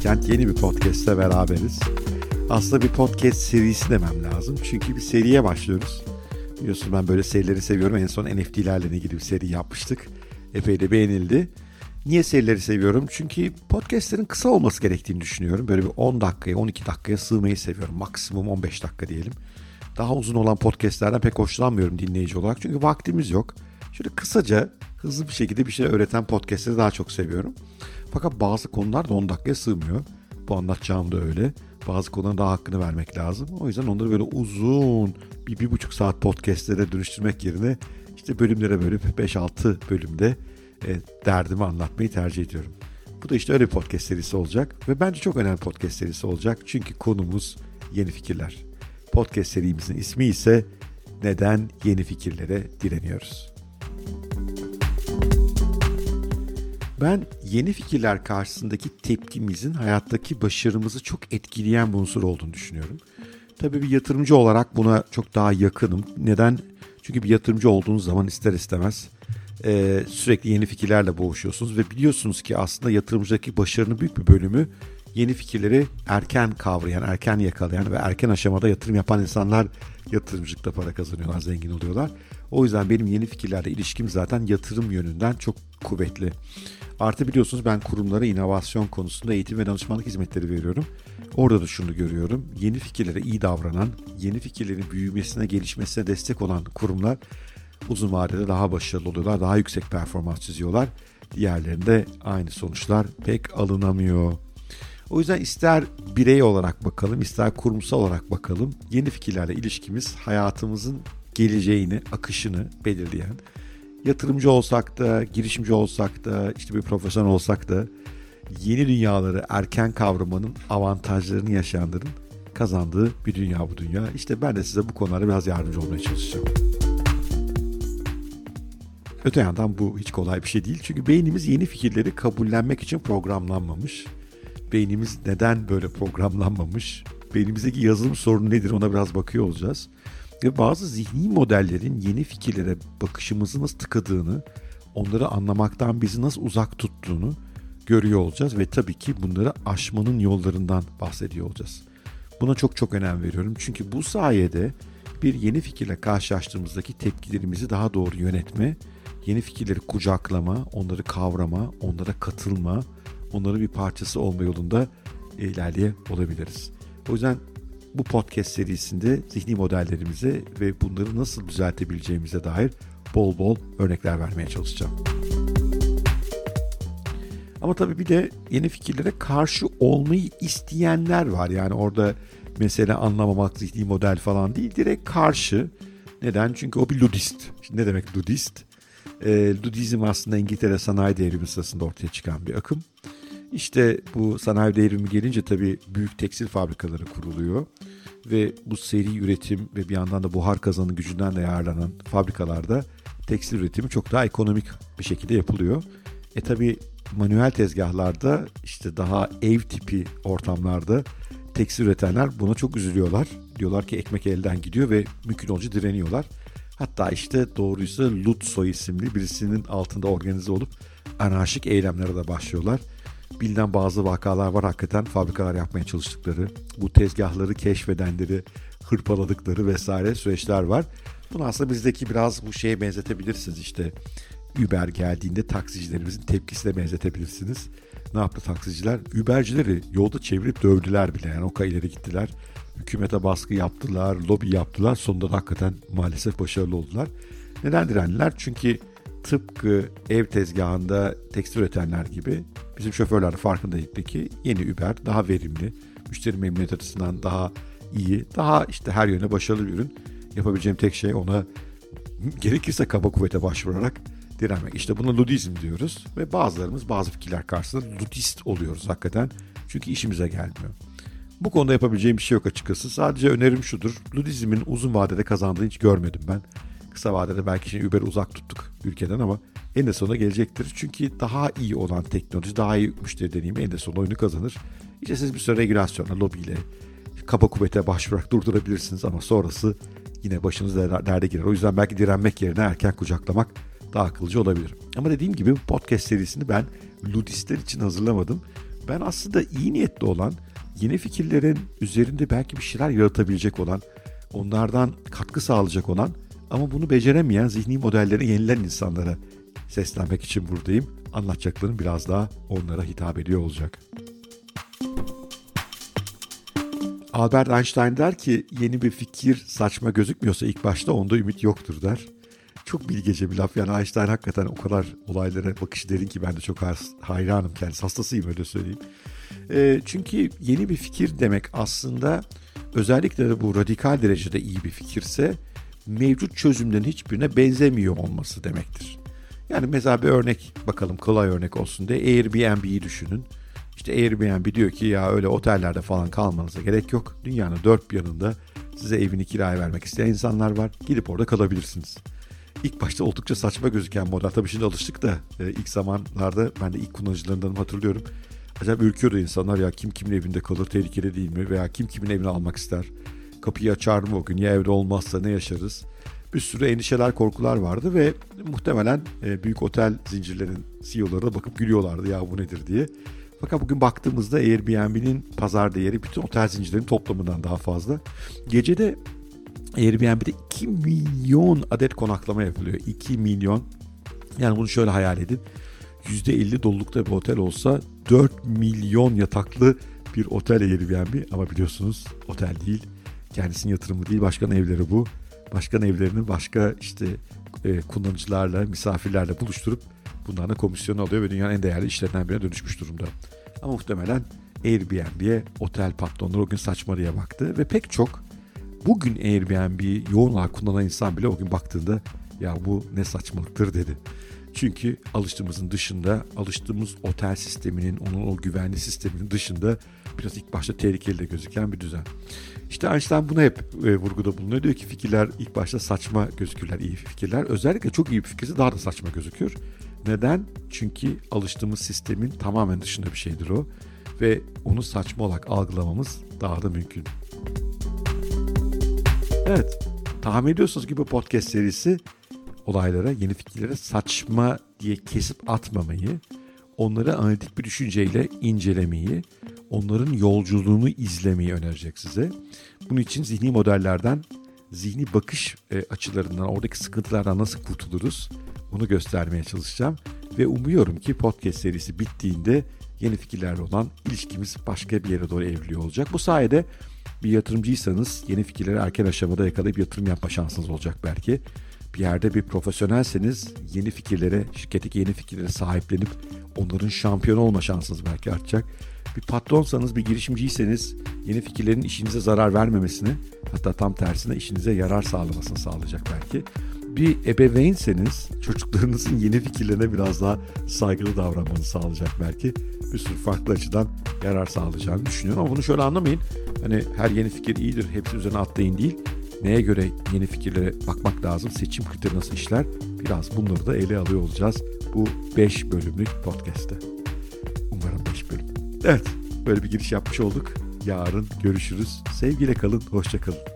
Bilkent yeni bir podcast'te beraberiz. Aslında bir podcast serisi demem lazım. Çünkü bir seriye başlıyoruz. Biliyorsunuz ben böyle serileri seviyorum. En son NFT'lerle ilgili bir seri yapmıştık. Epey de beğenildi. Niye serileri seviyorum? Çünkü podcastlerin kısa olması gerektiğini düşünüyorum. Böyle bir 10 dakikaya, 12 dakikaya sığmayı seviyorum. Maksimum 15 dakika diyelim. Daha uzun olan podcastlerden pek hoşlanmıyorum dinleyici olarak. Çünkü vaktimiz yok. Şöyle kısaca, hızlı bir şekilde bir şey öğreten podcastleri daha çok seviyorum. Fakat bazı konular da 10 dakikaya sığmıyor. Bu anlatacağım da öyle. Bazı konuların daha hakkını vermek lazım. O yüzden onları böyle uzun, bir buçuk saat podcastlere dönüştürmek yerine işte bölümlere bölüp 5-6 bölümde derdimi anlatmayı tercih ediyorum. Bu da işte öyle bir podcast serisi olacak ve bence çok önemli podcast serisi olacak. Çünkü konumuz yeni fikirler. Podcast serimizin ismi ise Neden Yeni Fikirlere Direniyoruz? Ben yeni fikirler karşısındaki tepkimizin hayattaki başarımızı çok etkileyen bir unsur olduğunu düşünüyorum. Tabii bir yatırımcı olarak buna çok daha yakınım. Neden? Çünkü bir yatırımcı olduğunuz zaman ister istemez sürekli yeni fikirlerle boğuşuyorsunuz ve biliyorsunuz ki aslında yatırımcıdaki başarının büyük bir bölümü yeni fikirleri erken kavrayan, erken yakalayan ve erken aşamada yatırım yapan insanlar yatırımcılıkta para kazanıyorlar, zengin oluyorlar. O yüzden benim yeni fikirlerle ilişkim zaten yatırım yönünden çok kuvvetli. Artı biliyorsunuz ben kurumlara inovasyon konusunda eğitim ve danışmanlık hizmetleri veriyorum. Orada da şunu görüyorum. Yeni fikirlere iyi davranan, yeni fikirlerin büyümesine, gelişmesine destek olan kurumlar uzun vadede daha başarılı oluyorlar, daha yüksek performans çiziyorlar. Diğerlerinde aynı sonuçlar pek alınamıyor. O yüzden ister birey olarak bakalım, ister kurumsal olarak bakalım. Yeni fikirlerle ilişkimiz hayatımızın geleceğini, akışını belirleyen, yatırımcı olsak da, girişimci olsak da, işte bir profesyonel olsak da yeni dünyaları erken kavramanın avantajlarını yaşayanların kazandığı bir dünya bu dünya. İşte ben de size bu konularda biraz yardımcı olmaya çalışacağım. Öte yandan bu hiç kolay bir şey değil. Çünkü beynimiz yeni fikirleri kabullenmek için programlanmamış. Beynimiz neden böyle programlanmamış? Beynimizdeki yazılım sorunu nedir ona biraz bakıyor olacağız. Ve bazı zihni modellerin yeni fikirlere bakışımızı nasıl tıkadığını, onları anlamaktan bizi nasıl uzak tuttuğunu görüyor olacağız. Ve tabii ki bunları aşmanın yollarından bahsediyor olacağız. Buna çok çok önem veriyorum. Çünkü bu sayede bir yeni fikirle karşılaştığımızdaki tepkilerimizi daha doğru yönetme, yeni fikirleri kucaklama, onları kavrama, onlara katılma, onların bir parçası olma yolunda ilerleyebiliriz. O yüzden bu podcast serisinde zihni modellerimize ve bunları nasıl düzeltebileceğimize dair bol bol örnekler vermeye çalışacağım. Ama tabii bir de yeni fikirlere karşı olmayı isteyenler var. Yani orada mesele anlamamak, zihni model falan değil, direkt karşı. Neden? Çünkü o bir Ludist. Şimdi ne demek Ludist? Ludizm aslında İngiltere sanayi devrimi sırasında ortaya çıkan bir akım. İşte bu sanayi devrimi gelince tabii büyük tekstil fabrikaları kuruluyor ve bu seri üretim ve bir yandan da buhar kazanın gücünden de yararlanan fabrikalarda tekstil üretimi çok daha ekonomik bir şekilde yapılıyor. Tabii manuel tezgahlarda işte daha ev tipi ortamlarda tekstil üretenler buna çok üzülüyorlar. Diyorlar ki ekmek elden gidiyor ve mümkün olunca direniyorlar. Hatta işte doğruysa Lutsoy isimli birisinin altında organize olup anarşik eylemlere de başlıyorlar. Bilinen bazı vakalar var, hakikaten fabrikalar yapmaya çalıştıkları, bu tezgahları keşfedenleri hırpaladıkları vesaire süreçler var. Bunu aslında bizdeki biraz bu şeye benzetebilirsiniz. İşte Uber geldiğinde taksicilerimizin tepkisine benzetebilirsiniz. Ne yaptı taksiciler? Ubercileri yolda çevirip dövdüler bile. Yani o kadar ileri gittiler. Hükümete baskı yaptılar, lobi yaptılar. Sonunda da hakikaten maalesef başarılı oldular. Neden direndiler? Çünkü tıpkı ev tezgahında tekstil üretenler gibi bizim şoförler de farkındaydı ki yeni Uber daha verimli, müşteri memnuniyet açısından daha iyi, daha işte her yöne başarılı bir ürün. Yapabileceğim tek şey ona gerekirse kaba kuvvete başvurarak direnmek. İşte buna Ludizm diyoruz ve bazılarımız bazı fikirler karşısında Ludist oluyoruz hakikaten. Çünkü işimize gelmiyor. Bu konuda yapabileceğim bir şey yok açıkçası. Sadece önerim şudur. Ludizmin uzun vadede kazandığını hiç görmedim ben. Kısa vadede belki şimdi Uber'i uzak tuttuk ülkeden ama eninde sonunda gelecektir. Çünkü daha iyi olan teknoloji, daha iyi müşteri deneyimi eninde sonunda oyunu kazanır. İşte siz bir süre regülasyonla, lobiyle, kaba kuvvete başvurarak durdurabilirsiniz ama sonrası yine başınız derde girer. O yüzden belki direnmek yerine erken kucaklamak daha akılcı olabilir. Ama dediğim gibi podcast serisini ben Ludistler için hazırlamadım. Ben aslında iyi niyetli olan, yeni fikirlerin üzerinde belki bir şeyler yaratabilecek olan, onlardan katkı sağlayacak olan ama bunu beceremeyen zihni modelleri yenilen insanlara seslenmek için buradayım. Anlatacaklarım biraz daha onlara hitap ediyor olacak. Albert Einstein der ki yeni bir fikir saçma gözükmüyorsa ilk başta onda ümit yoktur der. Çok bilgece bir laf, yani Einstein hakikaten o kadar olaylara bakışı derin ki ben de çok hayranım, kendisi hastasıyım öyle söyleyeyim. Çünkü yeni bir fikir demek aslında, özellikle de bu radikal derecede iyi bir fikirse, mevcut çözümlerin hiçbirine benzemiyor olması demektir. Yani mesela bir örnek bakalım, kolay örnek olsun diye Airbnb'yi düşünün. İşte Airbnb diyor ki ya öyle otellerde falan kalmanıza gerek yok. Dünyanın dört bir yanında size evini kiraya vermek isteyen insanlar var. Gidip orada kalabilirsiniz. İlk başta oldukça saçma gözüken model. Tabii şimdi alıştık da ilk zamanlarda ben de ilk kullanıcılarından hatırlıyorum. Acayip ürküyordu insanlar, ya kim kimin evinde kalır, tehlikeli değil mi? Veya kim kimin evini almak ister? Kapıyı açar mı o gün? Ya evde olmazsa ne yaşarız? Bir sürü endişeler, korkular vardı ve muhtemelen büyük otel zincirlerinin CEO'ları da bakıp gülüyorlardı ya bu nedir diye. Fakat bugün baktığımızda Airbnb'nin pazar değeri bütün otel zincirlerinin toplamından daha fazla. Gecede Airbnb'de 2 milyon adet konaklama yapılıyor. 2 milyon. Yani bunu şöyle hayal edin. %50 dolulukta bir otel olsa 4 milyon yataklı bir otel Airbnb. Ama biliyorsunuz otel değil. Kendisinin yatırımı değil. Başkanın evleri bu. Başkan evlerini başka işte kullanıcılarla, misafirlerle buluşturup bunlarla komisyon alıyor ve dünyanın en değerli işlerinden birine dönüşmüş durumda. Ama muhtemelen Airbnb'ye otel patronları o gün saçma diye baktı ve pek çok bugün Airbnb'yi yoğun olarak kullanan insan bile o gün baktığında ya bu ne saçmalıktır dedi. Çünkü alıştığımızın dışında, alıştığımız otel sisteminin, onun o güvenli sisteminin dışında biraz ilk başta tehlikeli de gözüken bir düzen. İşte Einstein buna hep vurguda bulunuyor. Diyor ki fikirler ilk başta saçma gözükürler, iyi fikirler. Özellikle çok iyi bir fikirse daha da saçma gözükür. Neden? Çünkü alıştığımız sistemin tamamen dışında bir şeydir o. Ve onu saçma olarak algılamamız daha da mümkün. Evet, tahmin ediyorsunuz ki bu podcast serisi olaylara, yeni fikirlere saçma diye kesip atmamayı, onları analitik bir düşünceyle incelemeyi, onların yolculuğunu izlemeyi önerecek size. Bunun için zihni modellerden, zihni bakış açılarından, oradaki sıkıntılardan nasıl kurtuluruz bunu göstermeye çalışacağım. Ve umuyorum ki podcast serisi bittiğinde yeni fikirlerle olan ilişkimiz başka bir yere doğru evriliyor olacak. Bu sayede bir yatırımcıysanız yeni fikirleri erken aşamada yakalayıp yatırım yapma şansınız olacak belki. Bir yerde bir profesyonelseniz yeni fikirlere, şirketteki yeni fikirlere sahiplenip onların şampiyonu olma şansınız belki artacak. Bir patronsanız, bir girişimciyseniz yeni fikirlerin işinize zarar vermemesini, hatta tam tersine işinize yarar sağlamasını sağlayacak belki. Bir ebeveynseniz çocuklarınızın yeni fikirlerine biraz daha saygılı davranmanızı sağlayacak belki. Bir sürü farklı açıdan yarar sağlayacağını düşünüyorum. Ama bunu şöyle anlamayın. Hani her yeni fikir iyidir, hepsi üzerine atlayın değil. Neye göre yeni fikirlere bakmak lazım, seçim kriteri nasıl işler, biraz bunları da ele alıyor olacağız bu 5 bölümlük podcast'te. Umarım 5 bölüm. Evet, böyle bir giriş yapmış olduk. Yarın görüşürüz. Sevgiyle kalın, hoşça kalın.